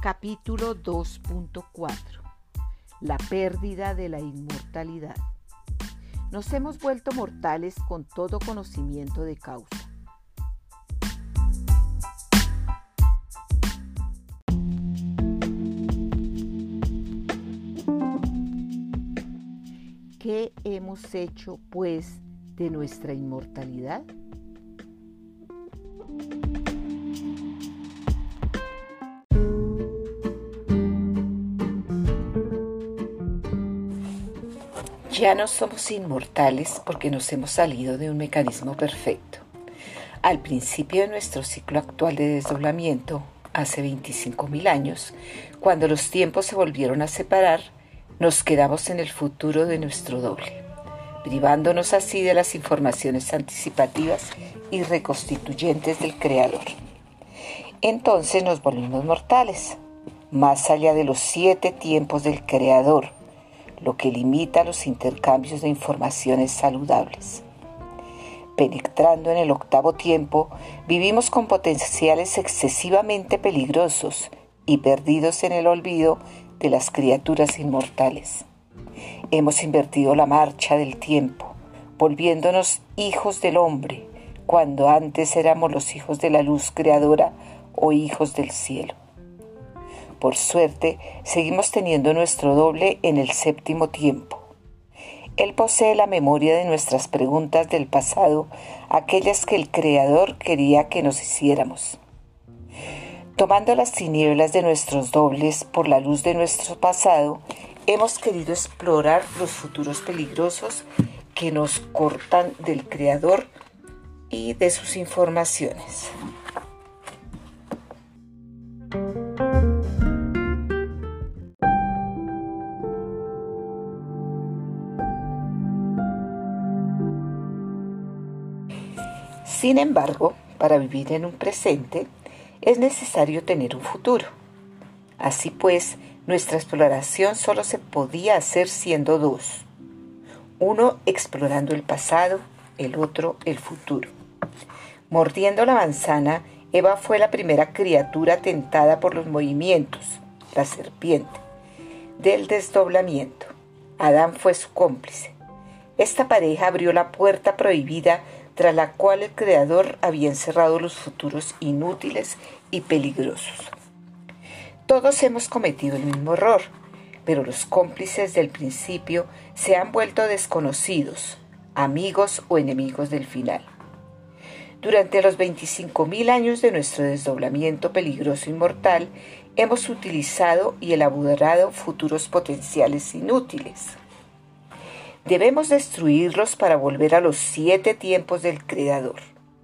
Capítulo 2.4. La pérdida de la inmortalidad. Nos hemos vuelto mortales con todo conocimiento de causa. ¿Qué hemos hecho, pues, de nuestra inmortalidad? Ya no somos inmortales porque nos hemos salido de un mecanismo perfecto. Al principio de nuestro ciclo actual de desdoblamiento, hace 25.000 años, cuando los tiempos se volvieron a separar, nos quedamos en el futuro de nuestro doble, privándonos así de las informaciones anticipativas y reconstituyentes del Creador. Entonces nos volvimos mortales, más allá de los 7 tiempos del Creador, lo que limita los intercambios de informaciones saludables. Penetrando en el 8º tiempo, vivimos con potenciales excesivamente peligrosos y perdidos en el olvido de las criaturas inmortales. Hemos invertido la marcha del tiempo, volviéndonos hijos del hombre, cuando antes éramos los hijos de la luz creadora o hijos del cielo. Por suerte, seguimos teniendo nuestro doble en el 7º tiempo. Él posee la memoria de nuestras preguntas del pasado, aquellas que el Creador quería que nos hiciéramos. Tomando las tinieblas de nuestros dobles por la luz de nuestro pasado, hemos querido explorar los futuros peligrosos que nos cortan del Creador y de sus informaciones. Sin embargo, para vivir en un presente, es necesario tener un futuro. Así pues, nuestra exploración solo se podía hacer siendo dos. Uno explorando el pasado, el otro el futuro. Mordiendo la manzana, Eva fue la primera criatura tentada por los movimientos, la serpiente, del desdoblamiento. Adán fue su cómplice. Esta pareja abrió la puerta prohibida tras la cual el Creador había encerrado los futuros inútiles y peligrosos. Todos hemos cometido el mismo error, pero los cómplices del principio se han vuelto desconocidos, amigos o enemigos del final. Durante los 25.000 años de nuestro desdoblamiento peligroso y mortal, hemos utilizado y elaborado futuros potenciales inútiles. Debemos destruirlos para volver a los 7 tiempos del Creador.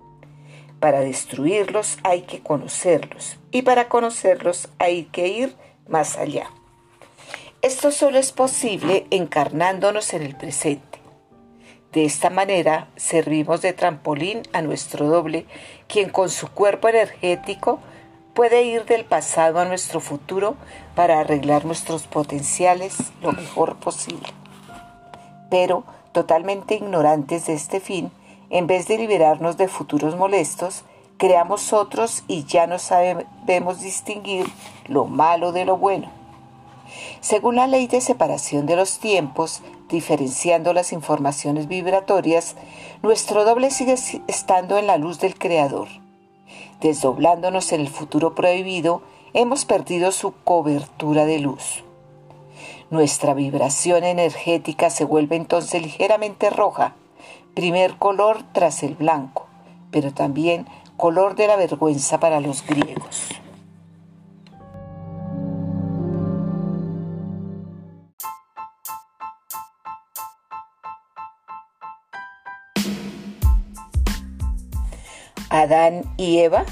Para destruirlos hay que conocerlos, y para conocerlos hay que ir más allá. Esto solo es posible encarnándonos en el presente. De esta manera servimos de trampolín a nuestro doble, quien con su cuerpo energético puede ir del pasado a nuestro futuro para arreglar nuestros potenciales lo mejor posible. Pero, totalmente ignorantes de este fin, en vez de liberarnos de futuros molestos, creamos otros y ya no sabemos distinguir lo malo de lo bueno. Según la ley de separación de los tiempos, diferenciando las informaciones vibratorias, nuestro doble sigue estando en la luz del Creador. Desdoblándonos en el futuro prohibido, hemos perdido su cobertura de luz. Nuestra vibración energética se vuelve entonces ligeramente roja, primer color tras el blanco, pero también color de la vergüenza para los griegos. Adán y Eva.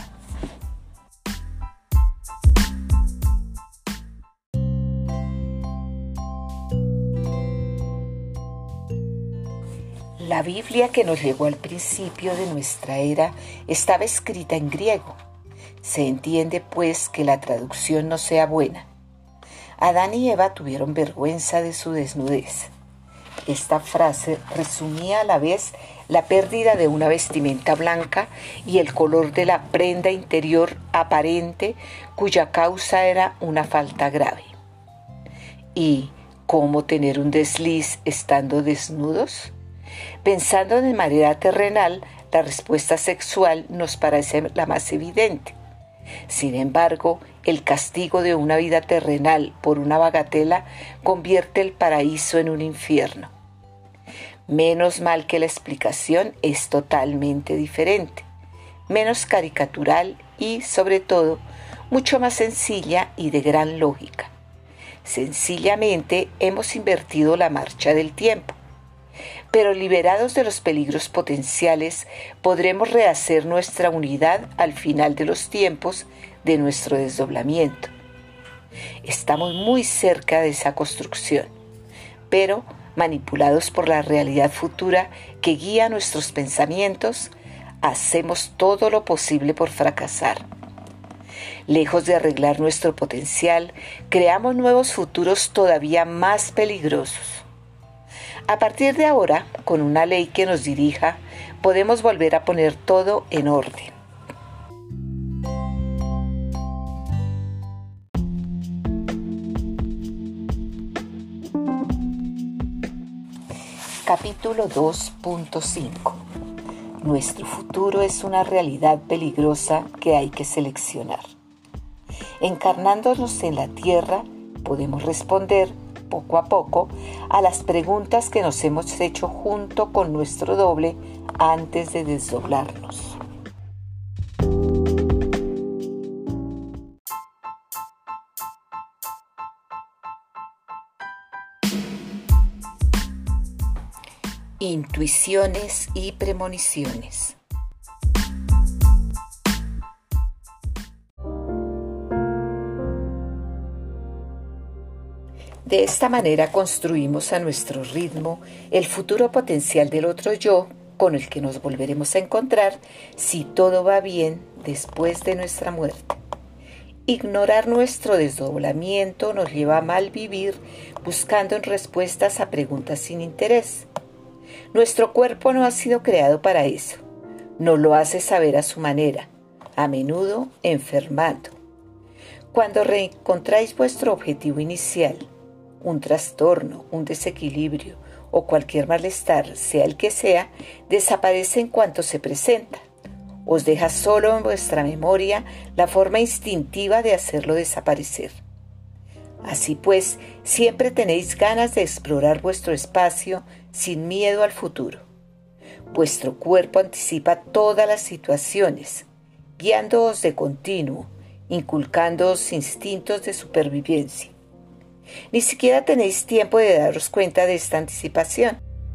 La Biblia que nos llegó al principio de nuestra era estaba escrita en griego. Se entiende, pues, que la traducción no sea buena. Adán y Eva tuvieron vergüenza de su desnudez, Esta frase resumía a la vez la pérdida de una vestimenta blanca y el color de la prenda interior aparente, cuya causa era una falta grave. ¿Y cómo tener un desliz estando desnudos? Pensando de manera terrenal, la respuesta sexual nos parece la más evidente. Sin embargo, el castigo de una vida terrenal por una bagatela convierte el paraíso en un infierno. Menos mal que la explicación es totalmente diferente, menos caricatural y, sobre todo, mucho más sencilla y de gran lógica. Sencillamente hemos invertido la marcha del tiempo. Pero liberados de los peligros potenciales, podremos rehacer nuestra unidad al final de los tiempos de nuestro desdoblamiento. Estamos muy cerca de esa construcción, pero manipulados por la realidad futura que guía nuestros pensamientos, hacemos todo lo posible por fracasar. Lejos de arreglar nuestro potencial, creamos nuevos futuros todavía más peligrosos. A partir de ahora, con una ley que nos dirija, podemos volver a poner todo en orden. Capítulo 2.5. Nuestro futuro es una realidad peligrosa que hay que seleccionar. Encarnándonos en la Tierra, podemos responder poco a poco a las preguntas que nos hemos hecho junto con nuestro doble antes de desdoblarnos. Intuiciones y premoniciones. De esta manera construimos a nuestro ritmo el futuro potencial del otro yo con el que nos volveremos a encontrar si todo va bien después de nuestra muerte. Ignorar nuestro desdoblamiento nos lleva a mal vivir buscando respuestas a preguntas sin interés. Nuestro cuerpo no ha sido creado para eso. Nos lo hace saber a su manera, a menudo enfermando. Cuando reencontráis vuestro objetivo inicial, un trastorno, un desequilibrio o cualquier malestar, sea el que sea, desaparece en cuanto se presenta. Os deja solo en vuestra memoria la forma instintiva de hacerlo desaparecer. Así pues, siempre tenéis ganas de explorar vuestro espacio sin miedo al futuro. Vuestro cuerpo anticipa todas las situaciones, guiándoos de continuo, inculcándoos instintos de supervivencia. Ni siquiera tenéis tiempo de daros cuenta de esta anticipación.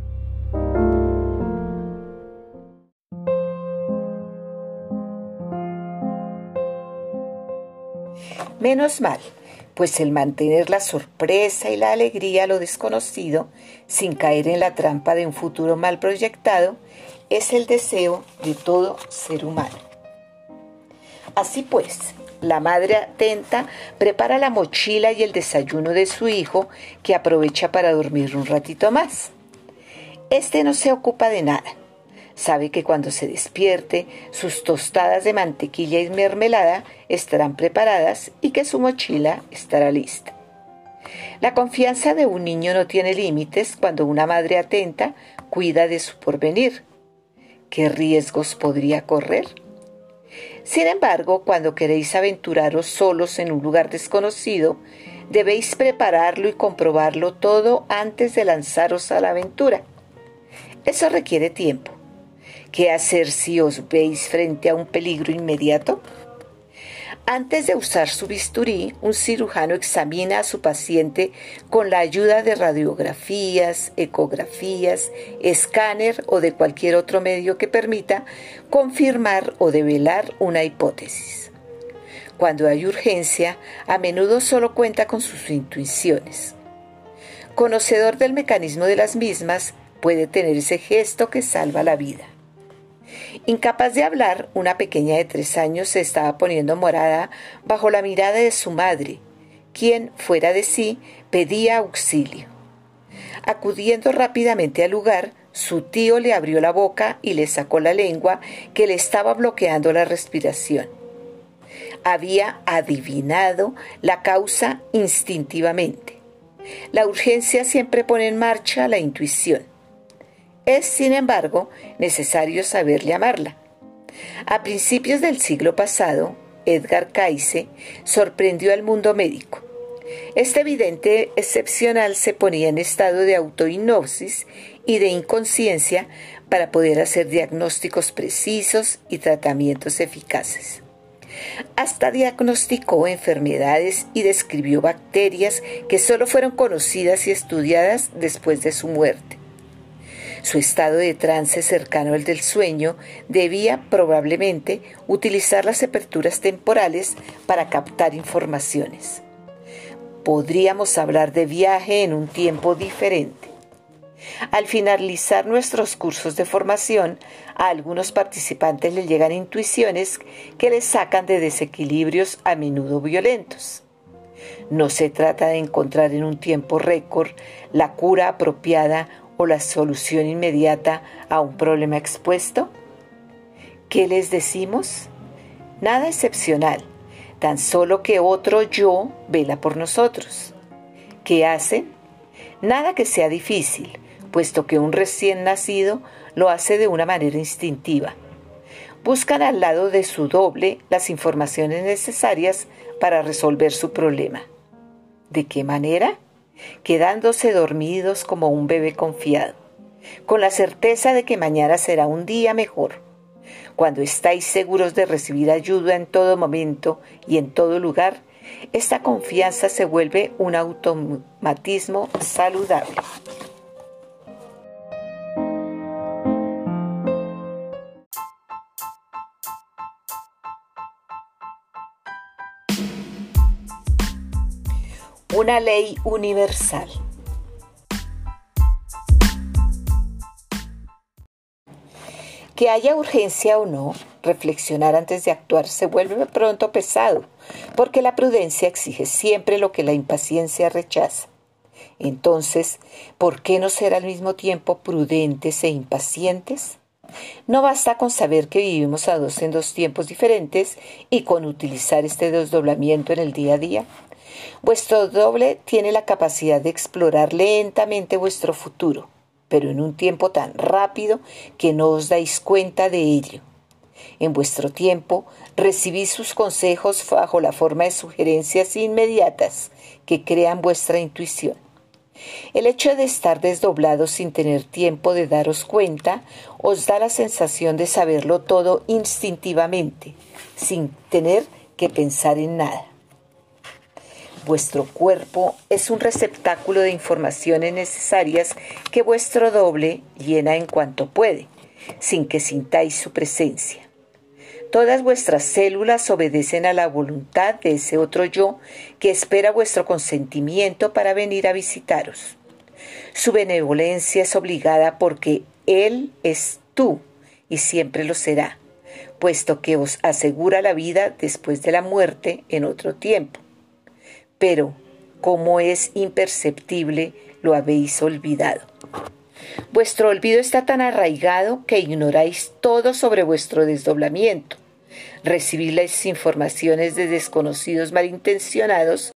Menos mal, pues el mantener la sorpresa y la alegría a lo desconocido, sin caer en la trampa de un futuro mal proyectado, es el deseo de todo ser humano. Así pues, la madre atenta prepara la mochila y el desayuno de su hijo, que aprovecha para dormir un ratito más. Este no se ocupa de nada. Sabe que cuando se despierte, sus tostadas de mantequilla y mermelada estarán preparadas y que su mochila estará lista. La confianza de un niño no tiene límites cuando una madre atenta cuida de su porvenir. ¿Qué riesgos podría correr? Sin embargo, cuando queréis aventuraros solos en un lugar desconocido, debéis prepararlo y comprobarlo todo antes de lanzaros a la aventura. Eso requiere tiempo. ¿Qué hacer si os veis frente a un peligro inmediato? Antes de usar su bisturí, un cirujano examina a su paciente con la ayuda de radiografías, ecografías, escáner o de cualquier otro medio que permita confirmar o develar una hipótesis. Cuando hay urgencia, a menudo solo cuenta con sus intuiciones. Conocedor del mecanismo de las mismas, puede tener ese gesto que salva la vida. Incapaz de hablar, una pequeña de 3 años se estaba poniendo morada bajo la mirada de su madre, quien, fuera de sí, pedía auxilio. Acudiendo rápidamente al lugar, su tío le abrió la boca y le sacó la lengua que le estaba bloqueando la respiración. Había adivinado la causa instintivamente. La urgencia siempre pone en marcha la intuición. Es, sin embargo, necesario saber llamarla. A principios del siglo pasado, Edgar Cayce sorprendió al mundo médico. Este vidente excepcional se ponía en estado de autohipnosis y de inconsciencia para poder hacer diagnósticos precisos y tratamientos eficaces. Hasta diagnosticó enfermedades y describió bacterias que solo fueron conocidas y estudiadas después de su muerte. Su estado de trance cercano al del sueño debía probablemente utilizar las aperturas temporales para captar informaciones. Podríamos hablar de viaje en un tiempo diferente. Al finalizar nuestros cursos de formación, a algunos participantes les llegan intuiciones que les sacan de desequilibrios a menudo violentos. No se trata de encontrar en un tiempo récord la cura apropiada o la solución inmediata a un problema expuesto. ¿Qué les decimos? Nada excepcional, tan solo que otro yo vela por nosotros. ¿Qué hacen? Nada que sea difícil, puesto que un recién nacido lo hace de una manera instintiva. Buscan al lado de su doble las informaciones necesarias para resolver su problema. ¿De qué manera? Quedándose dormidos como un bebé confiado, con la certeza de que mañana será un día mejor. Cuando estáis seguros de recibir ayuda en todo momento y en todo lugar, esta confianza se vuelve un automatismo saludable. Una ley universal. Que haya urgencia o no, reflexionar antes de actuar se vuelve pronto pesado, porque la prudencia exige siempre lo que la impaciencia rechaza. Entonces, ¿por qué no ser al mismo tiempo prudentes e impacientes? No basta con saber que vivimos en dos tiempos diferentes y con utilizar este desdoblamiento en el día a día. Vuestro doble tiene la capacidad de explorar lentamente vuestro futuro, pero en un tiempo tan rápido que no os dais cuenta de ello. En vuestro tiempo, recibís sus consejos bajo la forma de sugerencias inmediatas que crean vuestra intuición. El hecho de estar desdoblados sin tener tiempo de daros cuenta os da la sensación de saberlo todo instintivamente, sin tener que pensar en nada. Vuestro cuerpo es un receptáculo de informaciones necesarias que vuestro doble llena en cuanto puede, sin que sintáis su presencia. Todas vuestras células obedecen a la voluntad de ese otro yo que espera vuestro consentimiento para venir a visitaros. Su benevolencia es obligada porque Él es tú y siempre lo será, puesto que os asegura la vida después de la muerte en otro tiempo. Pero, como es imperceptible, lo habéis olvidado. Vuestro olvido está tan arraigado que ignoráis todo sobre vuestro desdoblamiento. Recibís las informaciones de desconocidos malintencionados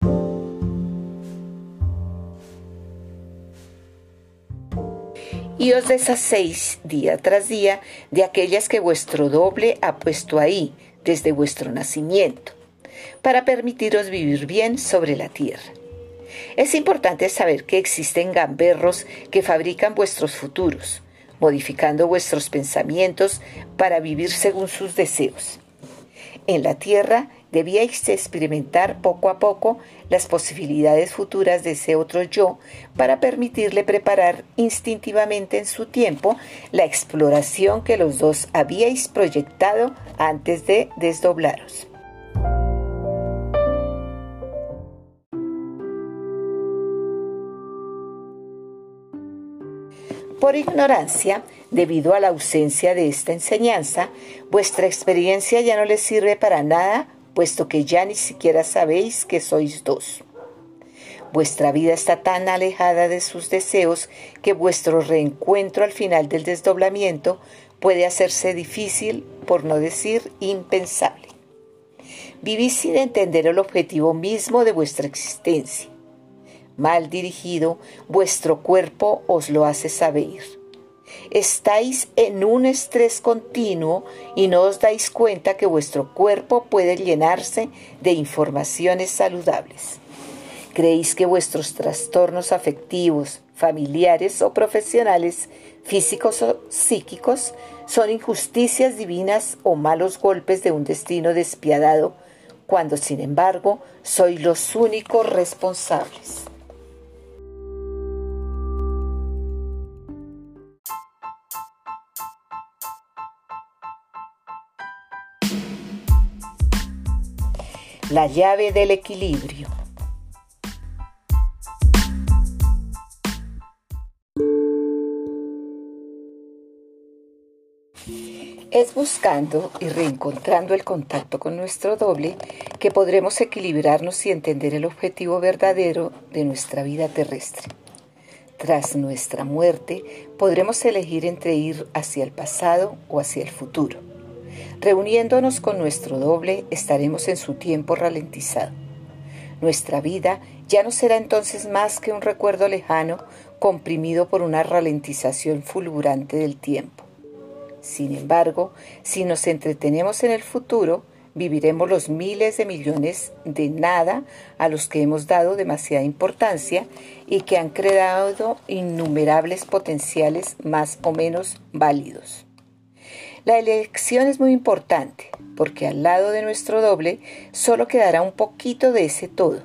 y os deshacéis día tras día de aquellas que vuestro doble ha puesto ahí desde vuestro nacimiento, para permitiros vivir bien sobre la tierra. Es importante saber que existen gamberros que fabrican vuestros futuros, modificando vuestros pensamientos para vivir según sus deseos. En la tierra debíais experimentar poco a poco las posibilidades futuras de ese otro yo para permitirle preparar instintivamente en su tiempo la exploración que los dos habíais proyectado antes de desdoblaros. Por ignorancia, debido a la ausencia de esta enseñanza, vuestra experiencia ya no les sirve para nada, puesto que ya ni siquiera sabéis que sois dos. Vuestra vida está tan alejada de sus deseos que vuestro reencuentro al final del desdoblamiento puede hacerse difícil, por no decir impensable. Vivís sin entender el objetivo mismo de vuestra existencia. Mal dirigido, vuestro cuerpo os lo hace saber. Estáis en un estrés continuo y no os dais cuenta que vuestro cuerpo puede llenarse de informaciones saludables. Creéis que vuestros trastornos afectivos, familiares o profesionales, físicos o psíquicos, son injusticias divinas o malos golpes de un destino despiadado, cuando sin embargo sois los únicos responsables. La llave del equilibrio. Es buscando y reencontrando el contacto con nuestro doble que podremos equilibrarnos y entender el objetivo verdadero de nuestra vida terrestre. Tras nuestra muerte, podremos elegir entre ir hacia el pasado o hacia el futuro. Reuniéndonos con nuestro doble, estaremos en su tiempo ralentizado. Nuestra vida ya no será entonces más que un recuerdo lejano comprimido por una ralentización fulgurante del tiempo. Sin embargo, si nos entretenemos en el futuro, viviremos los miles de millones de nada a los que hemos dado demasiada importancia y que han creado innumerables potenciales más o menos válidos. La elección es muy importante, porque al lado de nuestro doble solo quedará un poquito de ese todo.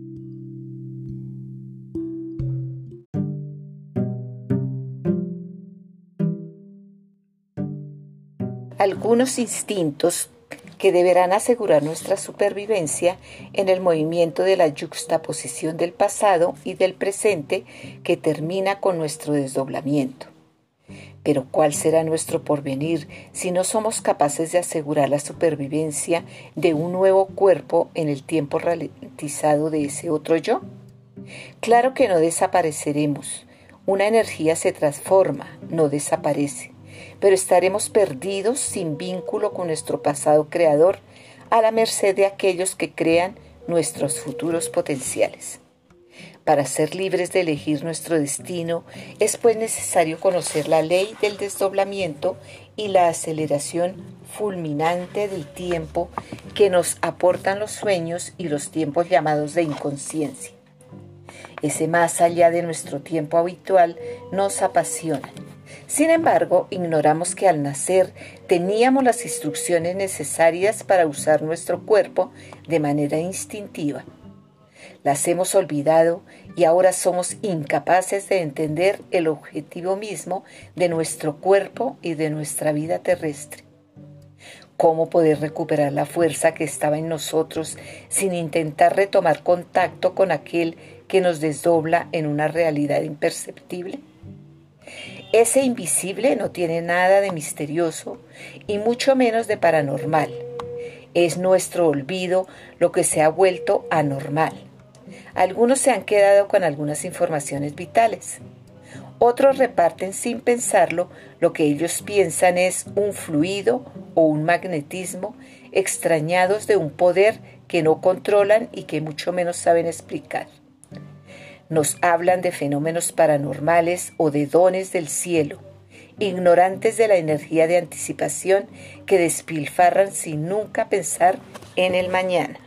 Algunos instintos que deberán asegurar nuestra supervivencia en el movimiento de la yuxtaposición del pasado y del presente que termina con nuestro desdoblamiento. Pero ¿cuál será nuestro porvenir si no somos capaces de asegurar la supervivencia de un nuevo cuerpo en el tiempo ralentizado de ese otro yo? Claro que no desapareceremos. Una energía se transforma, no desaparece. Pero estaremos perdidos sin vínculo con nuestro pasado creador, a la merced de aquellos que crean nuestros futuros potenciales. Para ser libres de elegir nuestro destino, es pues necesario conocer la ley del desdoblamiento y la aceleración fulminante del tiempo que nos aportan los sueños y los tiempos llamados de inconsciencia. Ese más allá de nuestro tiempo habitual nos apasiona. Sin embargo, ignoramos que al nacer teníamos las instrucciones necesarias para usar nuestro cuerpo de manera instintiva. Las hemos olvidado y ahora somos incapaces de entender el objetivo mismo de nuestro cuerpo y de nuestra vida terrestre. ¿Cómo poder recuperar la fuerza que estaba en nosotros sin intentar retomar contacto con aquel que nos desdobla en una realidad imperceptible? Ese invisible no tiene nada de misterioso y mucho menos de paranormal. Es nuestro olvido lo que se ha vuelto anormal. Algunos se han quedado con algunas informaciones vitales. Otros reparten sin pensarlo lo que ellos piensan es un fluido o un magnetismo extrañados de un poder que no controlan y que mucho menos saben explicar. Nos hablan de fenómenos paranormales o de dones del cielo, ignorantes de la energía de anticipación que despilfarran sin nunca pensar en el mañana.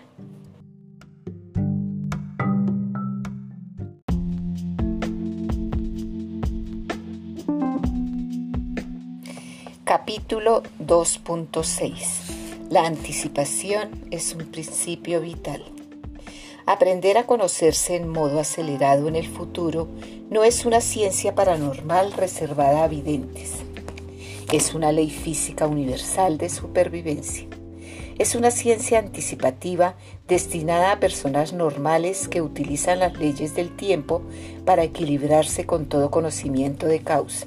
Capítulo 2.6. La anticipación es un principio vital. Aprender a conocerse en modo acelerado en el futuro no es una ciencia paranormal reservada a videntes. Es una ley física universal de supervivencia. Es una ciencia anticipativa destinada a personas normales que utilizan las leyes del tiempo para equilibrarse con todo conocimiento de causa.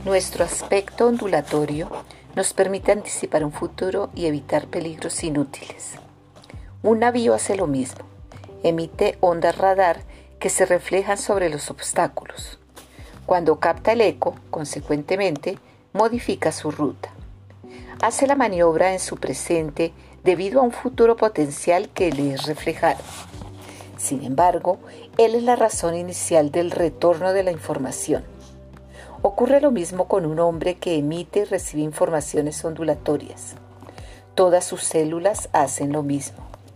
Nuestro aspecto ondulatorio nos permite anticipar un futuro y evitar peligros inútiles. Un navío hace lo mismo. Emite ondas radar que se reflejan sobre los obstáculos. Cuando capta el eco, consecuentemente, modifica su ruta. Hace la maniobra en su presente debido a un futuro potencial que le es reflejado. Sin embargo, él es la razón inicial del retorno de la información. Ocurre lo mismo con un hombre que emite y recibe informaciones ondulatorias. Todas sus células hacen lo mismo.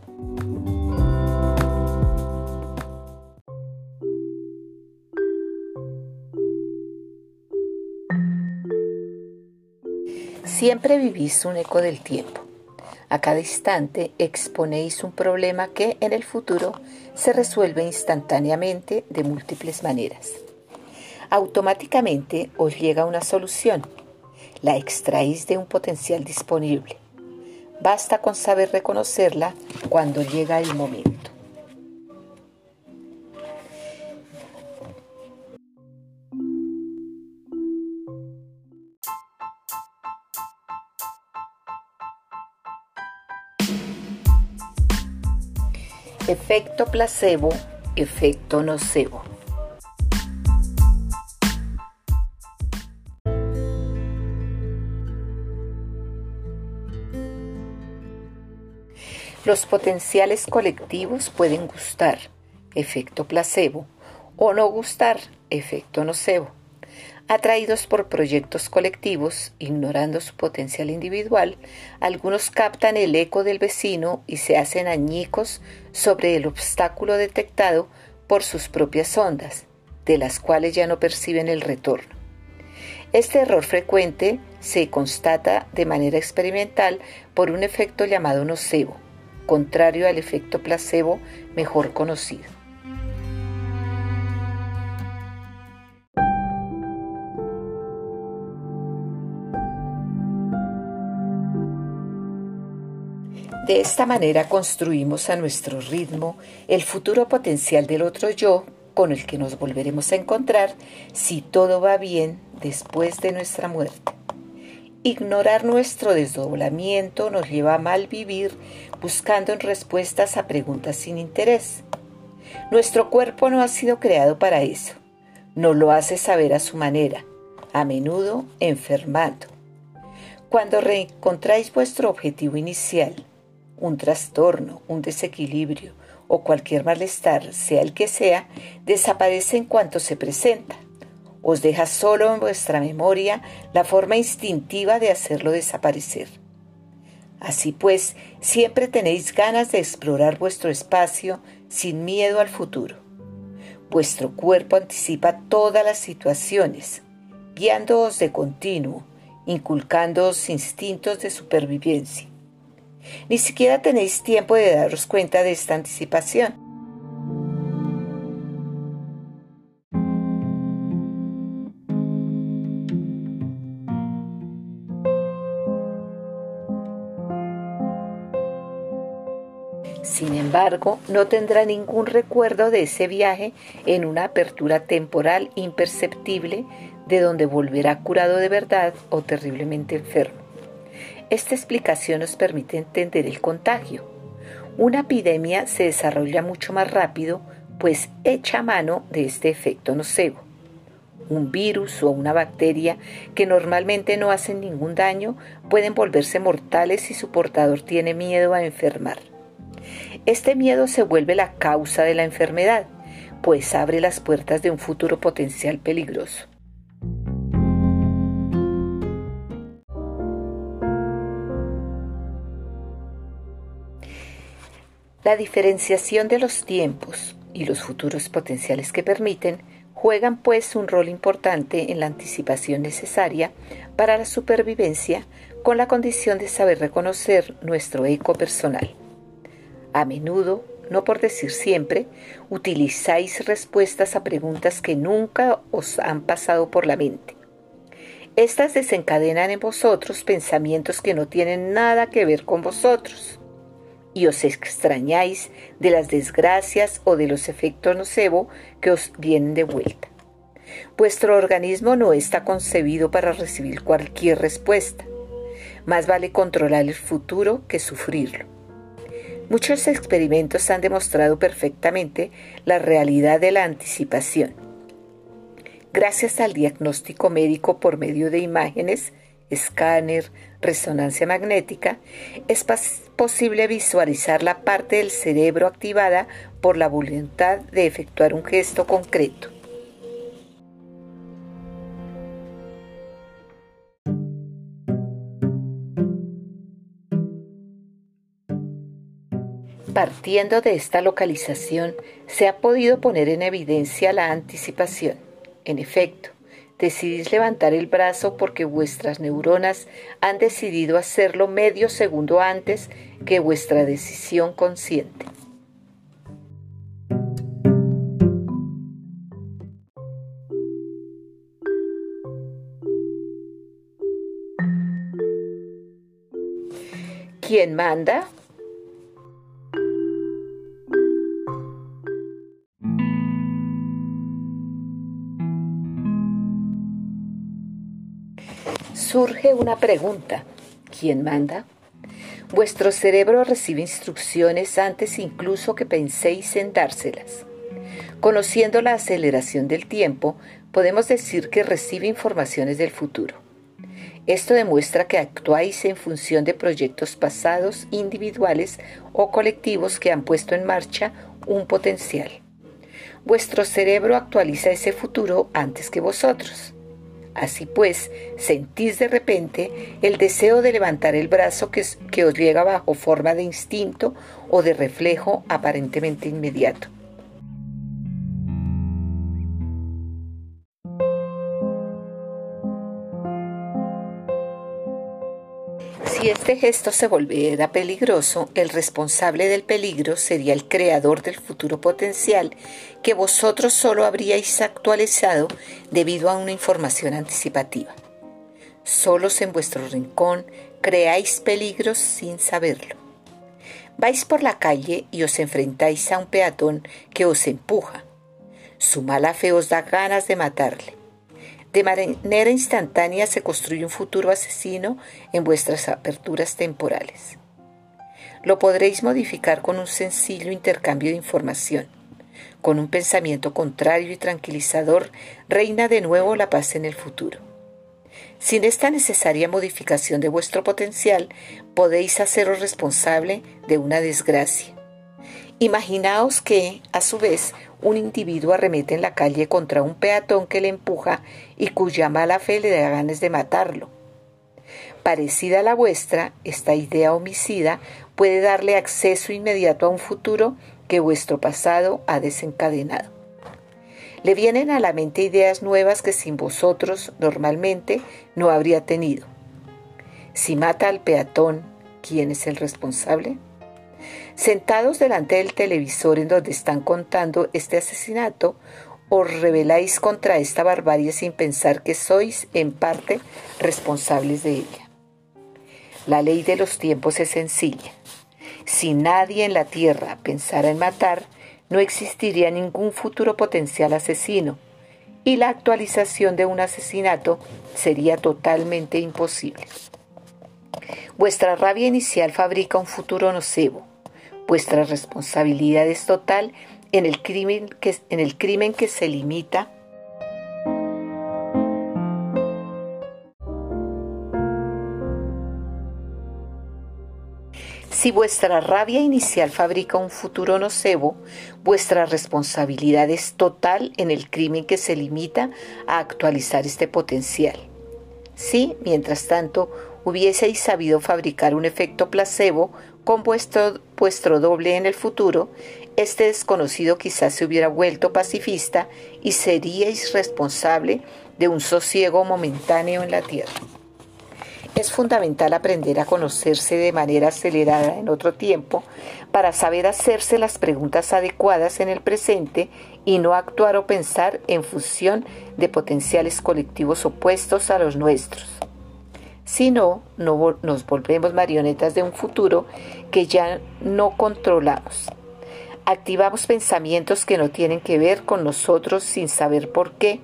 Siempre vivís un eco del tiempo. A cada instante exponéis un problema que en el futuro se resuelve instantáneamente de múltiples maneras. Automáticamente os llega una solución. La extraéis de un potencial disponible. Basta con saber reconocerla cuando llega el momento. Efecto placebo, efecto nocebo. Los potenciales colectivos pueden gustar, efecto placebo, o no gustar, efecto nocebo. Atraídos por proyectos colectivos, ignorando su potencial individual, algunos captan el eco del vecino y se hacen añicos sobre el obstáculo detectado por sus propias ondas, de las cuales ya no perciben el retorno. Este error frecuente se constata de manera experimental por un efecto llamado nocebo, contrario al efecto placebo mejor conocido. De esta manera construimos a nuestro ritmo el futuro potencial del otro yo con el que nos volveremos a encontrar si todo va bien después de nuestra muerte. Ignorar nuestro desdoblamiento nos lleva a mal vivir buscando respuestas a preguntas sin interés. Nuestro cuerpo no ha sido creado para eso. Nos lo hace saber a su manera, a menudo enfermando. Cuando reencontráis vuestro objetivo inicial, un trastorno, un desequilibrio o cualquier malestar, sea el que sea, desaparece en cuanto se presenta. Os deja solo en vuestra memoria la forma instintiva de hacerlo desaparecer. Así pues, siempre tenéis ganas de explorar vuestro espacio sin miedo al futuro. Vuestro cuerpo anticipa todas las situaciones, guiándoos de continuo, inculcándoos instintos de supervivencia. Ni siquiera tenéis tiempo de daros cuenta de esta anticipación. Sin embargo, no tendrá ningún recuerdo de ese viaje en una apertura temporal imperceptible de donde volverá curado de verdad o terriblemente enfermo. Esta explicación nos permite entender el contagio. Una epidemia se desarrolla mucho más rápido, pues echa mano de este efecto nocebo. Un virus o una bacteria que normalmente no hacen ningún daño pueden volverse mortales si su portador tiene miedo a enfermar. Este miedo se vuelve la causa de la enfermedad, pues abre las puertas de un futuro potencial peligroso. La diferenciación de los tiempos y los futuros potenciales que permiten juegan pues un rol importante en la anticipación necesaria para la supervivencia con la condición de saber reconocer nuestro eco personal. A menudo, no por decir siempre, utilizáis respuestas a preguntas que nunca os han pasado por la mente. Estas desencadenan en vosotros pensamientos que no tienen nada que ver con vosotros y os extrañáis de las desgracias o de los efectos nocebo que os vienen de vuelta. Vuestro organismo no está concebido para recibir cualquier respuesta. Más vale controlar el futuro que sufrirlo. Muchos experimentos han demostrado perfectamente la realidad de la anticipación. Gracias al diagnóstico médico por medio de imágenes, escáner, resonancia magnética, es posible visualizar la parte del cerebro activada por la voluntad de efectuar un gesto concreto. Partiendo de esta localización, se ha podido poner en evidencia la anticipación. En efecto, decidís levantar el brazo porque vuestras neuronas han decidido hacerlo medio segundo antes que vuestra decisión consciente. ¿Quién manda? Surge una pregunta. ¿Quién manda? Vuestro cerebro recibe instrucciones antes incluso que penséis en dárselas. Conociendo la aceleración del tiempo, podemos decir que recibe informaciones del futuro. Esto demuestra que actuáis en función de proyectos pasados, individuales o colectivos que han puesto en marcha un potencial. Vuestro cerebro actualiza ese futuro antes que vosotros. Así pues, sentís de repente el deseo de levantar el brazo que os llega bajo forma de instinto o de reflejo aparentemente inmediato. Si este gesto se volviera peligroso, el responsable del peligro sería el creador del futuro potencial que vosotros solo habríais actualizado debido a una información anticipativa. Solos en vuestro rincón creáis peligros sin saberlo. Vais por la calle y os enfrentáis a un peatón que os empuja. Su mala fe os da ganas de matarle. De manera instantánea se construye un futuro asesino en vuestras aperturas temporales. Lo podréis modificar con un sencillo intercambio de información. Con un pensamiento contrario y tranquilizador, reina de nuevo la paz en el futuro. Sin esta necesaria modificación de vuestro potencial, podéis haceros responsable de una desgracia. Imaginaos que, a su vez, un individuo arremete en la calle contra un peatón que le empuja y cuya mala fe le da ganas de matarlo. Parecida a la vuestra, esta idea homicida puede darle acceso inmediato a un futuro que vuestro pasado ha desencadenado. Le vienen a la mente ideas nuevas que sin vosotros normalmente no habría tenido. Si mata al peatón, ¿quién es el responsable? Sentados delante del televisor en donde están contando este asesinato, os rebeláis contra esta barbarie sin pensar que sois, en parte, responsables de ella. La ley de los tiempos es sencilla. Si nadie en la tierra pensara en matar, no existiría ningún futuro potencial asesino, y la actualización de un asesinato sería totalmente imposible. Vuestra rabia inicial fabrica un futuro nocebo. Vuestra responsabilidad es total en el crimen que se limita Si vuestra rabia inicial fabrica un futuro nocebo, vuestra responsabilidad es total en el crimen que se limita a actualizar este potencial. Si, mientras tanto, hubieseis sabido fabricar un efecto placebo con vuestro doble en el futuro, este desconocido quizás se hubiera vuelto pacifista y seríais responsable de un sosiego momentáneo en la tierra. Es fundamental aprender a conocerse de manera acelerada en otro tiempo para saber hacerse las preguntas adecuadas en el presente y no actuar o pensar en función de potenciales colectivos opuestos a los nuestros. Si no, nos volvemos marionetas de un futuro que ya no controlamos. Activamos pensamientos que no tienen que ver con nosotros sin saber por qué.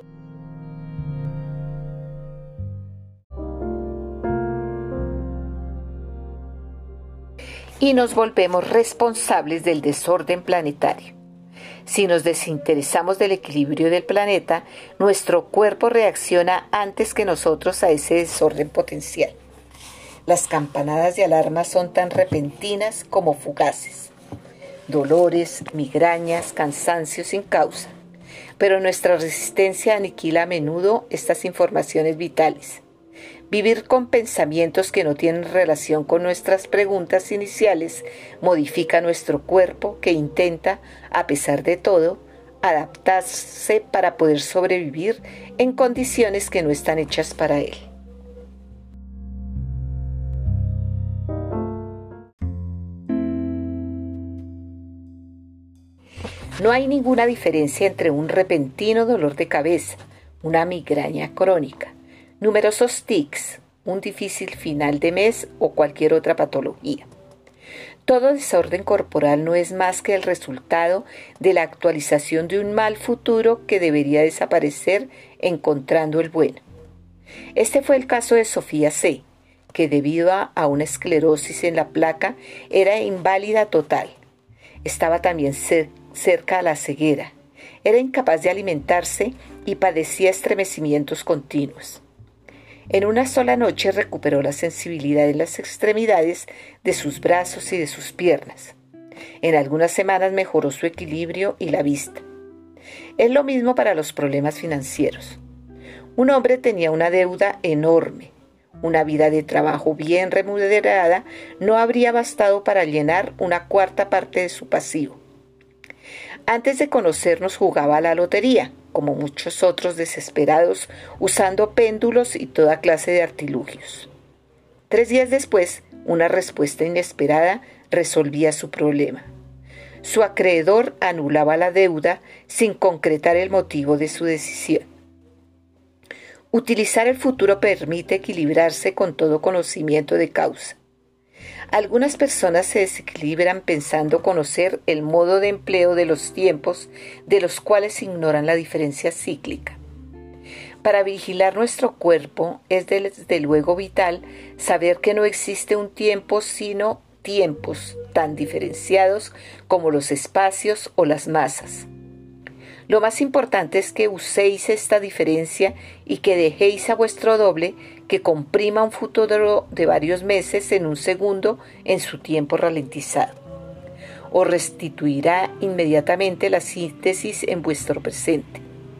Y nos volvemos responsables del desorden planetario. Si nos desinteresamos del equilibrio del planeta, nuestro cuerpo reacciona antes que nosotros a ese desorden potencial. Las campanadas de alarma son tan repentinas como fugaces. Dolores, migrañas, cansancio sin causa. Pero nuestra resistencia aniquila a menudo estas informaciones vitales. Vivir con pensamientos que no tienen relación con nuestras preguntas iniciales modifica nuestro cuerpo que intenta, a pesar de todo, adaptarse para poder sobrevivir en condiciones que no están hechas para él. No hay ninguna diferencia entre un repentino dolor de cabeza, una migraña crónica, numerosos tics, un difícil final de mes o cualquier otra patología. Todo desorden corporal no es más que el resultado de la actualización de un mal futuro que debería desaparecer encontrando el bueno. Este fue el caso de Sofía C., que debido a una esclerosis en la placa era inválida total. Estaba también cerca a la ceguera. Era incapaz de alimentarse y padecía estremecimientos continuos. En una sola noche recuperó la sensibilidad en las extremidades de sus brazos y de sus piernas. En algunas semanas mejoró su equilibrio y la vista. Es lo mismo para los problemas financieros. Un hombre tenía una deuda enorme. Una vida de trabajo bien remunerada no habría bastado para llenar una cuarta parte de su pasivo. Antes de conocernos jugaba a la lotería, como muchos otros desesperados, usando péndulos y toda clase de artilugios. 3 días después, una respuesta inesperada resolvía su problema. Su acreedor anulaba la deuda sin concretar el motivo de su decisión. Utilizar el futuro permite equilibrarse con todo conocimiento de causa. Algunas personas se desequilibran pensando conocer el modo de empleo de los tiempos, de los cuales ignoran la diferencia cíclica. Para vigilar nuestro cuerpo es desde luego vital saber que no existe un tiempo sino tiempos tan diferenciados como los espacios o las masas. Lo más importante es que uséis esta diferencia y que dejéis a vuestro doble que comprima un futuro de varios meses en un segundo en su tiempo ralentizado. Os restituirá inmediatamente la síntesis en vuestro presente.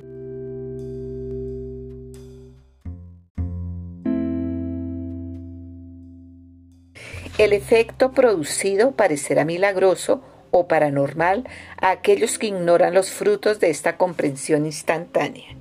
El efecto producido parecerá milagroso o paranormal a aquellos que ignoran los frutos de esta comprensión instantánea.